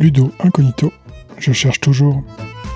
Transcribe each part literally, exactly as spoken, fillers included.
Ludo incognito, je cherche toujours.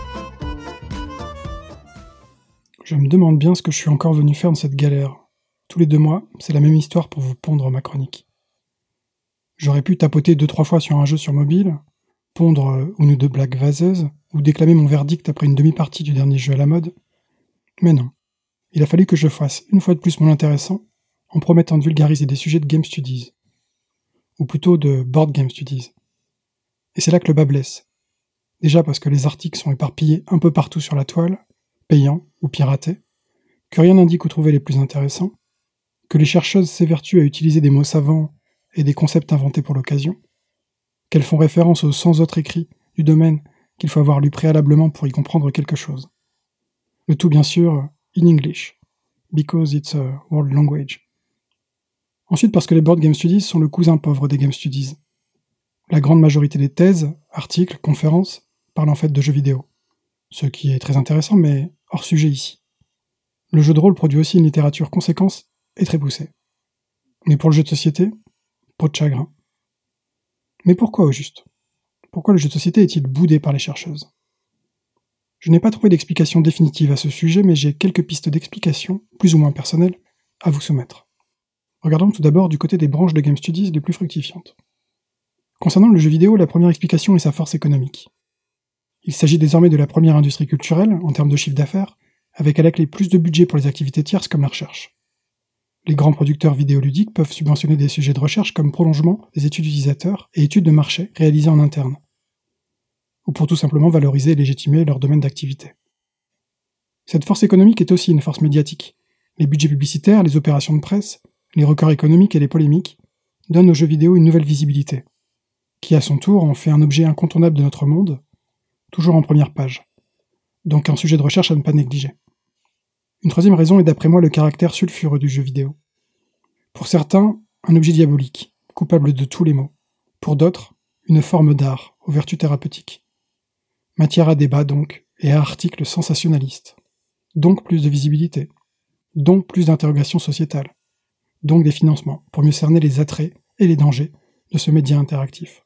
Je me demande bien ce que je suis encore venu faire dans cette galère. Tous les deux mois, c'est la même histoire pour vous pondre ma chronique. J'aurais pu tapoter deux trois fois sur un jeu sur mobile, pondre euh, une ou deux blagues vaseuses, ou déclamer mon verdict après une demi-partie du dernier jeu à la mode. Mais non. Il a fallu que je fasse une fois de plus mon intéressant, en promettant de vulgariser des sujets de Game Studies. Ou plutôt de Board Game Studies. Et c'est là que le bas blesse. Déjà parce que les articles sont éparpillés un peu partout sur la toile, payants ou piratés, que rien n'indique où trouver les plus intéressants, que les chercheuses s'évertuent à utiliser des mots savants et des concepts inventés pour l'occasion, qu'elles font référence aux cent autres écrits du domaine qu'il faut avoir lu préalablement pour y comprendre quelque chose. Le tout bien sûr in English, because it's a world language. Ensuite parce que les Board Game Studies sont le cousin pauvre des Game Studies. La grande majorité des thèses, articles, conférences parlent en fait de jeux vidéo. Ce qui est très intéressant, mais hors sujet ici. Le jeu de rôle produit aussi une littérature conséquente et très poussée. Mais pour le jeu de société, peau de chagrin. Mais pourquoi au juste ? Pourquoi le jeu de société est-il boudé par les chercheuses ? Je n'ai pas trouvé d'explication définitive à ce sujet, mais j'ai quelques pistes d'explication, plus ou moins personnelles, à vous soumettre. Regardons tout d'abord du côté des branches de Game Studies les plus fructifiantes. Concernant le jeu vidéo, la première explication est sa force économique. Il s'agit désormais de la première industrie culturelle, en termes de chiffre d'affaires, avec à la clé plus de budget pour les activités tierces comme la recherche. Les grands producteurs vidéoludiques peuvent subventionner des sujets de recherche comme prolongement des études utilisateurs et études de marché réalisées en interne, ou pour tout simplement valoriser et légitimer leur domaine d'activité. Cette force économique est aussi une force médiatique. Les budgets publicitaires, les opérations de presse, les records économiques et les polémiques donnent aux jeux vidéo une nouvelle visibilité, qui à son tour en fait un objet incontournable de notre monde, toujours en première page, donc un sujet de recherche à ne pas négliger. Une troisième raison est d'après moi le caractère sulfureux du jeu vidéo. Pour certains, un objet diabolique, coupable de tous les maux. Pour d'autres, une forme d'art, aux vertus thérapeutiques. Matière à débat donc, et à articles sensationnalistes. Donc plus de visibilité. Donc plus d'interrogations sociétales. Donc des financements, pour mieux cerner les attraits et les dangers de ce média interactif.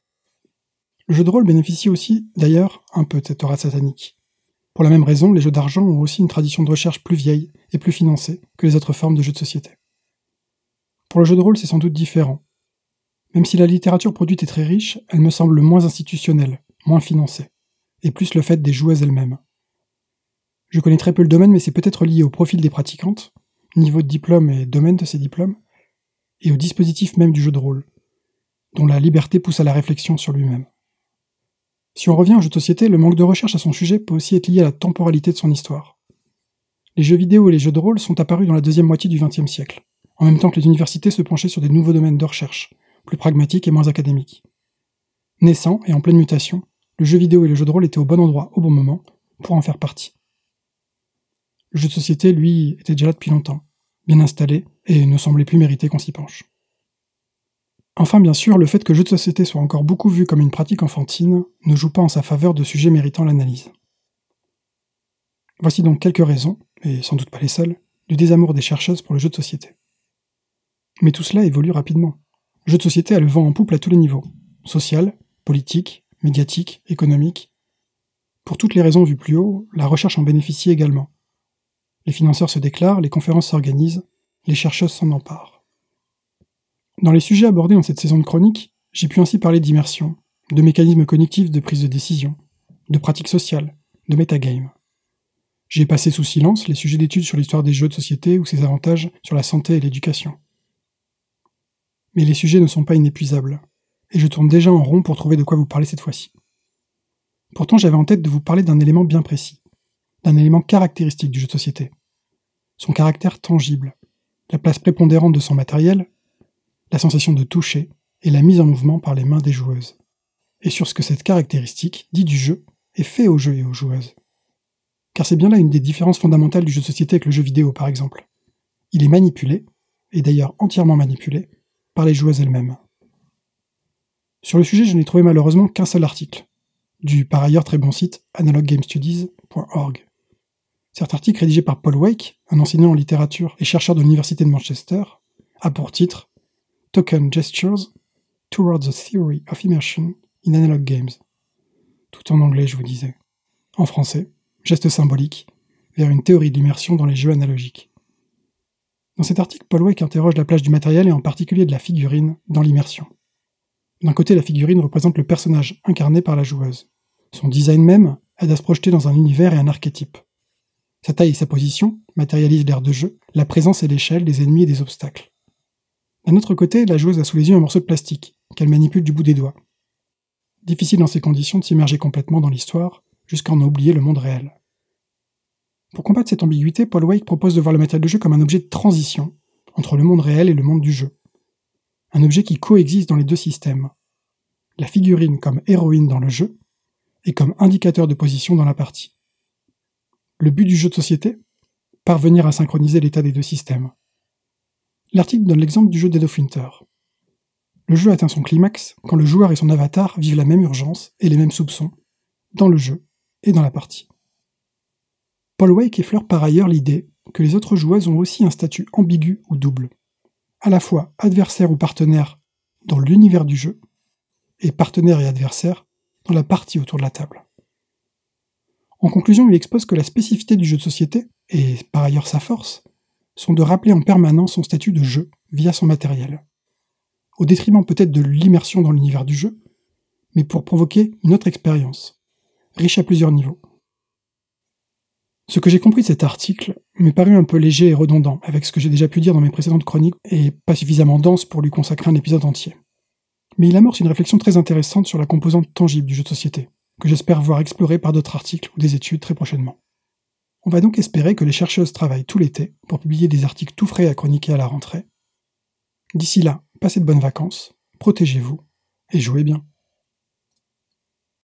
Le jeu de rôle bénéficie aussi, d'ailleurs, un peu de cette aura satanique. Pour la même raison, les jeux d'argent ont aussi une tradition de recherche plus vieille et plus financée que les autres formes de jeux de société. Pour le jeu de rôle, c'est sans doute différent. Même si la littérature produite est très riche, elle me semble moins institutionnelle, moins financée, et plus le fait des joueuses elles-mêmes. Je connais très peu le domaine, mais c'est peut-être lié au profil des pratiquantes, niveau de diplôme et domaine de ces diplômes, et au dispositif même du jeu de rôle, dont la liberté pousse à la réflexion sur lui-même. Si on revient au jeu de société, le manque de recherche à son sujet peut aussi être lié à la temporalité de son histoire. Les jeux vidéo et les jeux de rôle sont apparus dans la deuxième moitié du vingtième siècle, en même temps que les universités se penchaient sur des nouveaux domaines de recherche, plus pragmatiques et moins académiques. Naissant et en pleine mutation, le jeu vidéo et le jeu de rôle étaient au bon endroit, au bon moment, pour en faire partie. Le jeu de société, lui, était déjà là depuis longtemps, bien installé, et ne semblait plus mériter qu'on s'y penche. Enfin, bien sûr, le fait que le jeu de société soit encore beaucoup vu comme une pratique enfantine ne joue pas en sa faveur de sujets méritant l'analyse. Voici donc quelques raisons, et sans doute pas les seules, du désamour des chercheuses pour le jeu de société. Mais tout cela évolue rapidement. Le jeu de société a le vent en poupe à tous les niveaux, social, politique, médiatique, économique. Pour toutes les raisons vues plus haut, la recherche en bénéficie également. Les financeurs se déclarent, les conférences s'organisent, les chercheuses s'en emparent. Dans les sujets abordés dans cette saison de chronique, j'ai pu ainsi parler d'immersion, de mécanismes cognitifs de prise de décision, de pratiques sociales, de metagame. J'ai passé sous silence les sujets d'études sur l'histoire des jeux de société ou ses avantages sur la santé et l'éducation. Mais les sujets ne sont pas inépuisables, et je tourne déjà en rond pour trouver de quoi vous parler cette fois-ci. Pourtant j'avais en tête de vous parler d'un élément bien précis, d'un élément caractéristique du jeu de société. Son caractère tangible, la place prépondérante de son matériel, la sensation de toucher et la mise en mouvement par les mains des joueuses. Et sur ce que cette caractéristique dit du jeu et fait au jeu et aux joueuses. Car c'est bien là une des différences fondamentales du jeu de société avec le jeu vidéo par exemple. Il est manipulé, et d'ailleurs entièrement manipulé, par les joueuses elles-mêmes. Sur le sujet, je n'ai trouvé malheureusement qu'un seul article, du par ailleurs très bon site analog game studies point org. Cet article rédigé par Paul Wake, un enseignant en littérature et chercheur de l'université de Manchester, a pour titre Token Gestures Towards the Theory of Immersion in Analog Games, tout en anglais je vous disais. En français, geste symbolique, vers une théorie de l'immersion dans les jeux analogiques. Dans cet article, Paul Weick interroge la place du matériel et en particulier de la figurine dans l'immersion. D'un côté, la figurine représente le personnage incarné par la joueuse. Son design même aide à se projeter dans un univers et un archétype. Sa taille et sa position matérialisent l'aire de jeu, la présence et l'échelle des ennemis et des obstacles. D'un autre côté, la joueuse a sous les yeux un morceau de plastique, qu'elle manipule du bout des doigts. Difficile dans ces conditions de s'immerger complètement dans l'histoire, jusqu'à en oublier le monde réel. Pour combattre cette ambiguïté, Paul Weick propose de voir le matériel de jeu comme un objet de transition entre le monde réel et le monde du jeu. Un objet qui coexiste dans les deux systèmes. La figurine comme héroïne dans le jeu, et comme indicateur de position dans la partie. Le but du jeu de société ? Parvenir à synchroniser l'état des deux systèmes. L'article donne l'exemple du jeu Dead of Winter. Le jeu atteint son climax quand le joueur et son avatar vivent la même urgence et les mêmes soupçons, dans le jeu et dans la partie. Paul Weick effleure par ailleurs l'idée que les autres joueuses ont aussi un statut ambigu ou double, à la fois adversaire ou partenaire dans l'univers du jeu, et partenaire et adversaire dans la partie autour de la table. En conclusion, il expose que la spécificité du jeu de société, et par ailleurs sa force, sont de rappeler en permanence son statut de jeu via son matériel, au détriment peut-être de l'immersion dans l'univers du jeu, mais pour provoquer une autre expérience, riche à plusieurs niveaux. Ce que j'ai compris de cet article m'est paru un peu léger et redondant avec ce que j'ai déjà pu dire dans mes précédentes chroniques et pas suffisamment dense pour lui consacrer un épisode entier. Mais il amorce une réflexion très intéressante sur la composante tangible du jeu de société, que j'espère voir explorée par d'autres articles ou des études très prochainement. On va donc espérer que les chercheuses travaillent tout l'été pour publier des articles tout frais à chroniquer à la rentrée. D'ici là, passez de bonnes vacances, protégez-vous et jouez bien.